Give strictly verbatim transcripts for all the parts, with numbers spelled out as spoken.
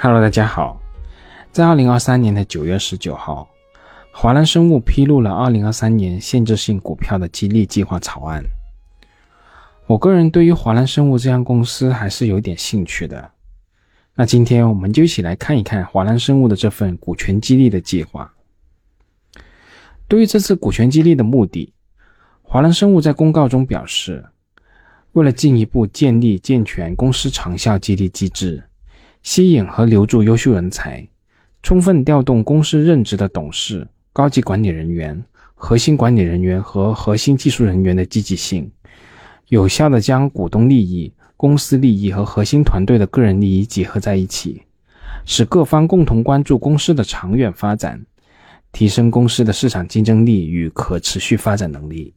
Hello， 大家好。在二零二三年的九月十九号，华兰生物披露了二零二三年限制性股票的激励计划草案。我个人对于华兰生物这样公司还是有点兴趣的。那今天我们就一起来看一看华兰生物的这份股权激励的计划。对于这次股权激励的目的，华兰生物在公告中表示，为了进一步建立健全公司长效激励机制，吸引和留住优秀人才，充分调动公司任职的董事、高级管理人员、核心管理人员和核心技术人员的积极性，有效地将股东利益、公司利益和核心团队的个人利益结合在一起，使各方共同关注公司的长远发展，提升公司的市场竞争力与可持续发展能力。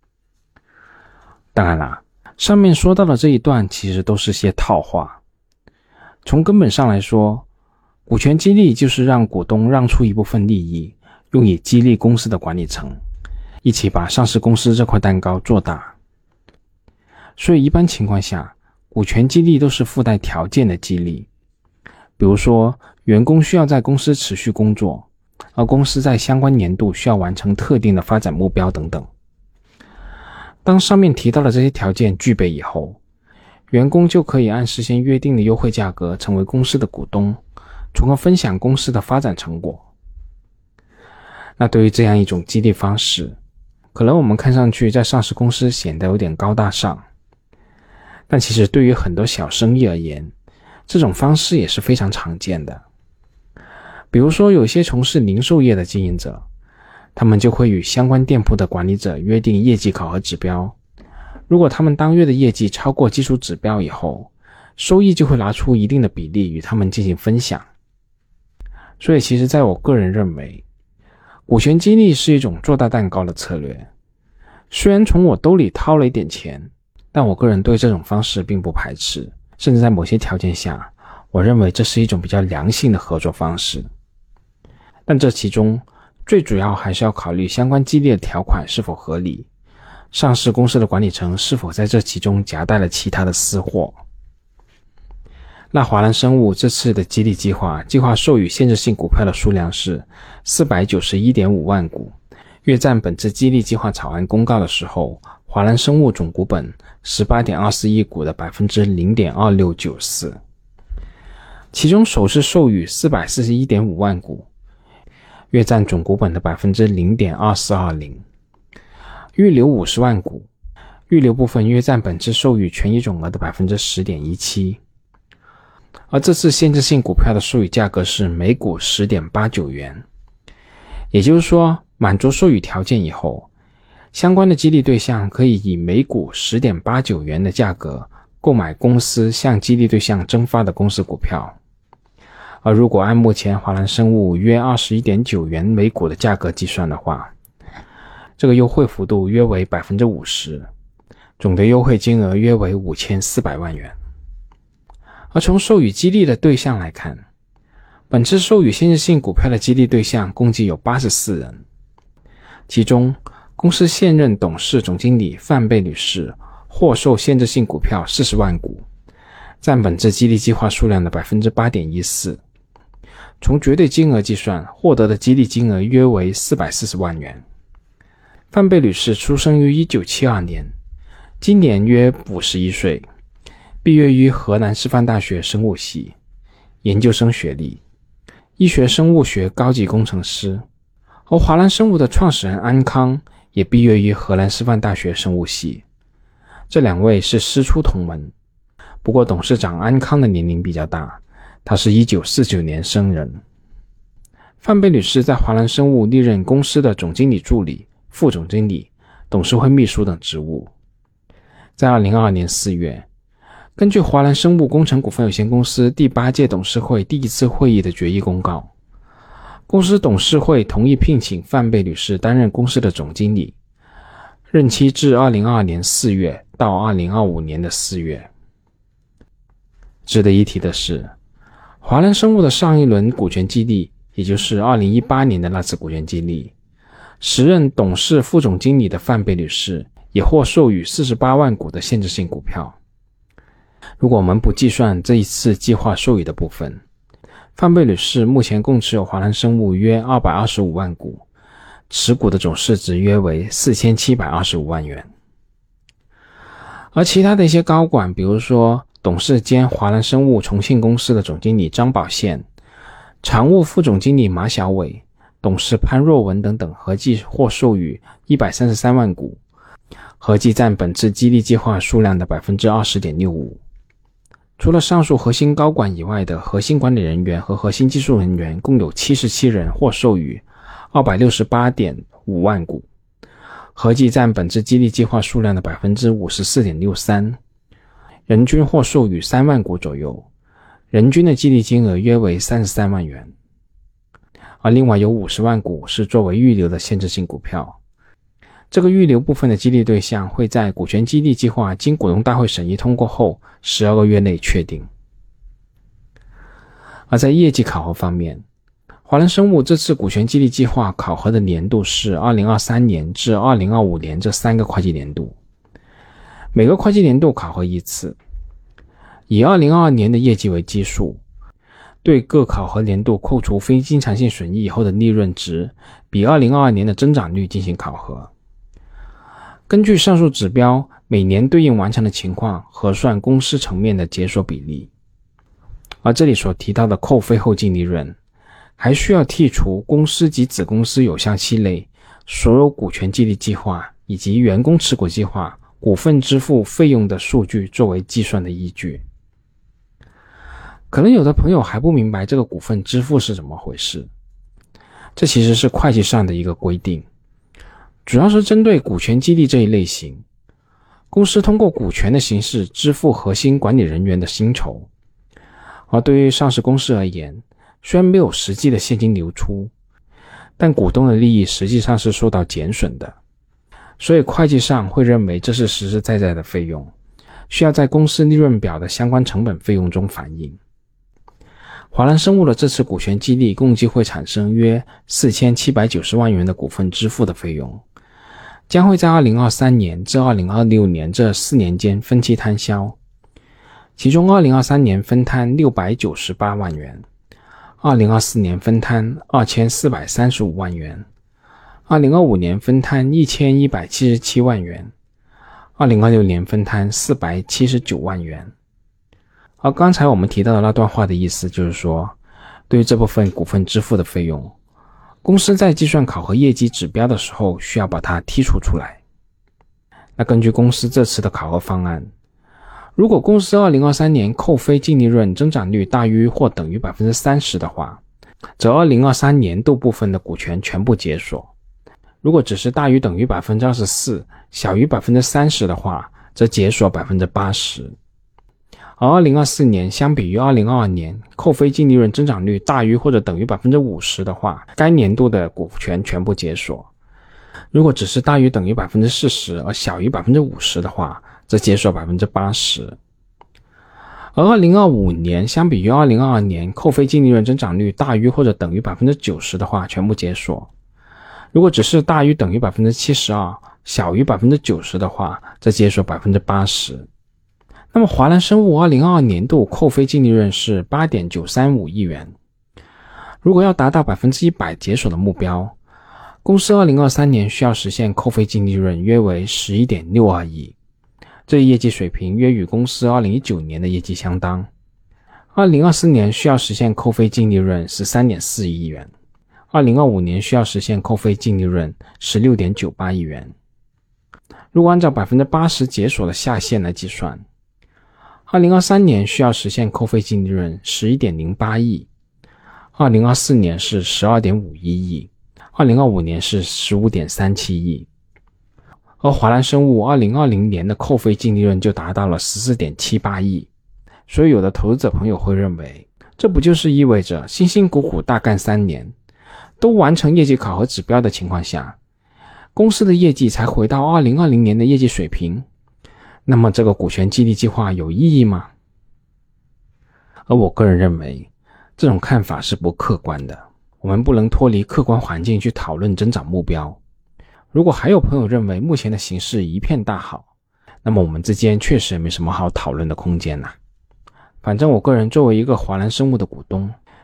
当然啦，上面说到的这一段其实都是些套话。从根本上来说，股权激励就是让股东让出一部分利益，用以激励公司的管理层，一起把上市公司这块蛋糕做大。所以一般情况下，股权激励都是附带条件的激励。比如说，员工需要在公司持续工作，而公司在相关年度需要完成特定的发展目标等等。当上面提到的这些条件具备以后，员工就可以按事先约定的优惠价格成为公司的股东，从而分享公司的发展成果。那对于这样一种激励方式，可能我们看上去在上市公司显得有点高大上，但其实对于很多小生意而言，这种方式也是非常常见的。比如说有些从事零售业的经营者，他们就会与相关店铺的管理者约定业绩考核指标，如果他们当月的业绩超过基础指标以后，收益就会拿出一定的比例与他们进行分享。所以其实在我个人认为，股权激励是一种做大蛋糕的策略。虽然从我兜里掏了一点钱，但我个人对这种方式并不排斥，甚至在某些条件下，我认为这是一种比较良性的合作方式。但这其中最主要还是要考虑相关激励的条款是否合理，上市公司的管理层是否在这其中夹带了其他的私货。那华兰生物这次的激励计划，计划授予限制性股票的数量是 四百九十一点五万股，约占本次激励计划草案公告的时候华兰生物总股本 十八点二四亿股的 百分之零点二六九四。 其中首次授予 四百四十一点五万股，约占总股本的 百分之零点二四二零。 预留五十万股，预留部分约占本次授予权益总额的 百分之十点一七。 而这次限制性股票的授予价格是每股 十点八九元，也就是说，满足授予条件以后，相关的激励对象可以以每股 十点八九元的价格购买公司向激励对象增发的公司股票。而如果按目前华兰生物约 二十一点九元每股的价格计算的话，这个优惠幅度约为 百分之五十， 总的优惠金额约为五千四百万元。而从授予激励的对象来看，本次授予限制性股票的激励对象共计有八十四人，其中公司现任董事总经理范贝女士获授限制性股票四十万股，占本次激励计划数量的 百分之八点一四。 从绝对金额计算，获得的激励金额约为四百四十万元。范贝女士出生于一九七二年，今年约五十一岁，毕业于河南师范大学生物系，研究生学历，医学生物学高级工程师。而华兰生物的创始人安康也毕业于荷兰师范大学生物系，这两位是师出同门。不过董事长安康的年龄比较大，他是一九四九年生人。范贝女士在华兰生物历任公司的总经理助理、副总经理、董事会秘书等职务。在二零二二年四月，根据华兰生物工程股份有限公司第八届董事会第一次会议的决议公告，公司董事会同意聘请范贝女士担任公司的总经理，任期至二零二二年四月到二零二五年的四月。值得一提的是，华兰生物的上一轮股权激励，也就是二零一八年的那次股权激励，时任董事副总经理的范贝女士也获授予四十八万股的限制性股票。如果我们不计算这一次计划授予的部分， 范贝女士目前共持有华南生物约二百二十五万股，持股的总市值约为四千七百二十五万元。而其他的一些高管，比如说董事兼华南生物重庆公司的总经理张宝宪、常务副总经理马小伟、董事潘若文等等，合计获授予一百三十三万股，合计占本次激励计划数量的 百分之二十点六五。 除了上述核心高管以外的核心管理人员和核心技术人员共有七十七人获授予 二百六十八点五万股，合计占本次激励计划数量的 百分之五十四点六三， 人均获授予三万股左右，人均的激励金额约为三十三万元。而另外有五十万股是作为预留的限制性股票，这个预留部分的激励对象会在股权激励计划经股东大会审议通过后十二个月内确定。而在业绩考核方面，华南生物这次股权激励计划考核的年度是二零二三年至二零二五年这三个会计年度，每个会计年度考核一次，以二零二二年的业绩为基数，对各考核年度扣除非经常性损益以后的利润值比二零二二年的增长率进行考核。根据上述指标每年对应完成的情况核算公司层面的解锁比例。而这里所提到的扣非后净利润，还需要剔除公司及子公司有效期内所有股权激励计划以及员工持股计划股份支付费用的数据作为计算的依据。可能有的朋友还不明白这个股份支付是怎么回事，这其实是会计上的一个规定，主要是针对股权激励这一类型，公司通过股权的形式支付核心管理人员的薪酬。而对于上市公司而言，虽然没有实际的现金流出，但股东的利益实际上是受到减损的，所以会计上会认为这是实实在在的费用，需要在公司利润表的相关成本费用中反映。华南生物的这次股权激励共计会产生约四千七百九十万元的股份支付的费用，将会在二零二三年至二零二六年这四年间分期摊销，其中二零二三年分摊六百九十八万元，二零二四年分摊二千四百三十五万元，二零二五年分摊一千一百七十七万元，二零二六年分摊四百七十九万元。而刚才我们提到的那段话的意思就是说，对于这部分股份支付的费用，公司在计算考核业绩指标的时候需要把它剔除出来。那根据公司这次的考核方案，如果公司二零二三年扣非净利润增长率大于或等于 百分之三十 的话，则二零二三年度部分的股权全部解锁。如果只是大于等于 百分之二十四， 小于 百分之三十 的话，则解锁 百分之八十。而二零二四年相比于二零二二年扣非净利润增长率大于或者等于 百分之五十 的话，该年度的股权全部解锁。如果只是大于等于 百分之四十 而小于 百分之五十 的话，则解锁 百分之八十。而二零二五年相比于二零二二年扣非净利润增长率大于或者等于 百分之九十 的话，全部解锁。如果只是大于等于 百分之七十二， 小于 百分之九十 的话，则解锁 百分之八十。那么华南生物二零二二年度扣非净利润是 八点九三五亿元，如果要达到 百分之百 解锁的目标，公司二零二三年需要实现扣非净利润约为 十一点六二亿，这一业绩水平约与公司二零一九年的业绩相当。二零二四年需要实现扣非净利润 十三点四亿元，二零二五年需要实现扣非净利润 十六点九八亿元。如果按照 百分之八十 解锁的下限来计算，二零二三年需要实现扣非净利润 十一点零八亿，二零二四年是 十二点五一亿，二零二五年是 十五点三七亿。而华南生物二零二零年的扣非净利润就达到了 十四点七八亿，所以有的投资者朋友会认为，这不就是意味着辛辛苦苦大干三年，都完成业绩考核指标的情况下，公司的业绩才回到二零二零年的业绩水平，那么这个股权激励计划有意义吗？而我个人认为，这种看法是不客观的，我们不能脱离客观环境去讨论增长目标。如果还有朋友认为目前的形势一片大好，那么我们之间确实没什么好讨论的空间啦。反正我个人作为一个华南生物的股东，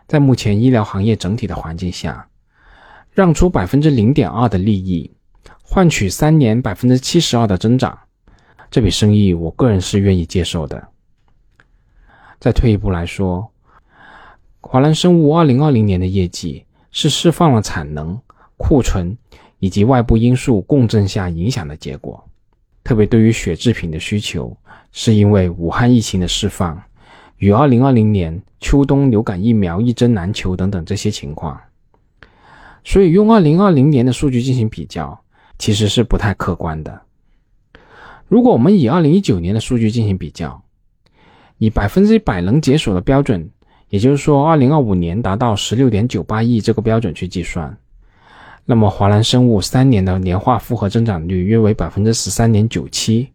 在目前医疗行业整体的环境下，让出 百分之零点二 的利益，换取三年 百分之七十二 的增长，这笔生意我个人是愿意接受的。再退一步来说，华兰生物二零二零年的业绩是释放了产能、库存以及外部因素共振下影响的结果，特别对于血制品的需求，是因为武汉疫情的释放与二零二零年秋冬流感疫苗一针难求等等这些情况，所以用二零二零年的数据进行比较其实是不太客观的。如果我们以二零一九年的数据进行比较，以百分之百能解锁的标准，也就是说二零二五年达到 十六点九八亿这个标准去计算，那么华兰生物三年的年化复合增长率约为 百分之十三点九七，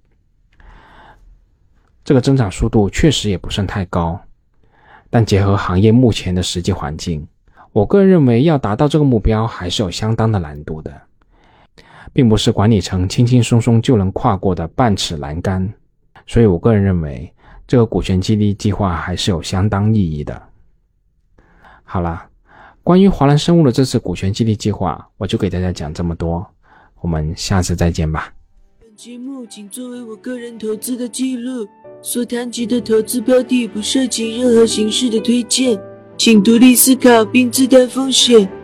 这个增长速度确实也不算太高，但结合行业目前的实际环境，我个人认为要达到这个目标还是有相当的难度的，并不是管理层轻轻松松就能跨过的半尺栏杆，所以我个人认为这个股权激励计划还是有相当意义的。好了，关于华兰生物的这次股权激励计划，我就给大家讲这么多，我们下次再见吧。 本节目仅作为我个人投资的记录，所谈及的投资标的不涉及任何形式的推荐，请独立思考并自担风险。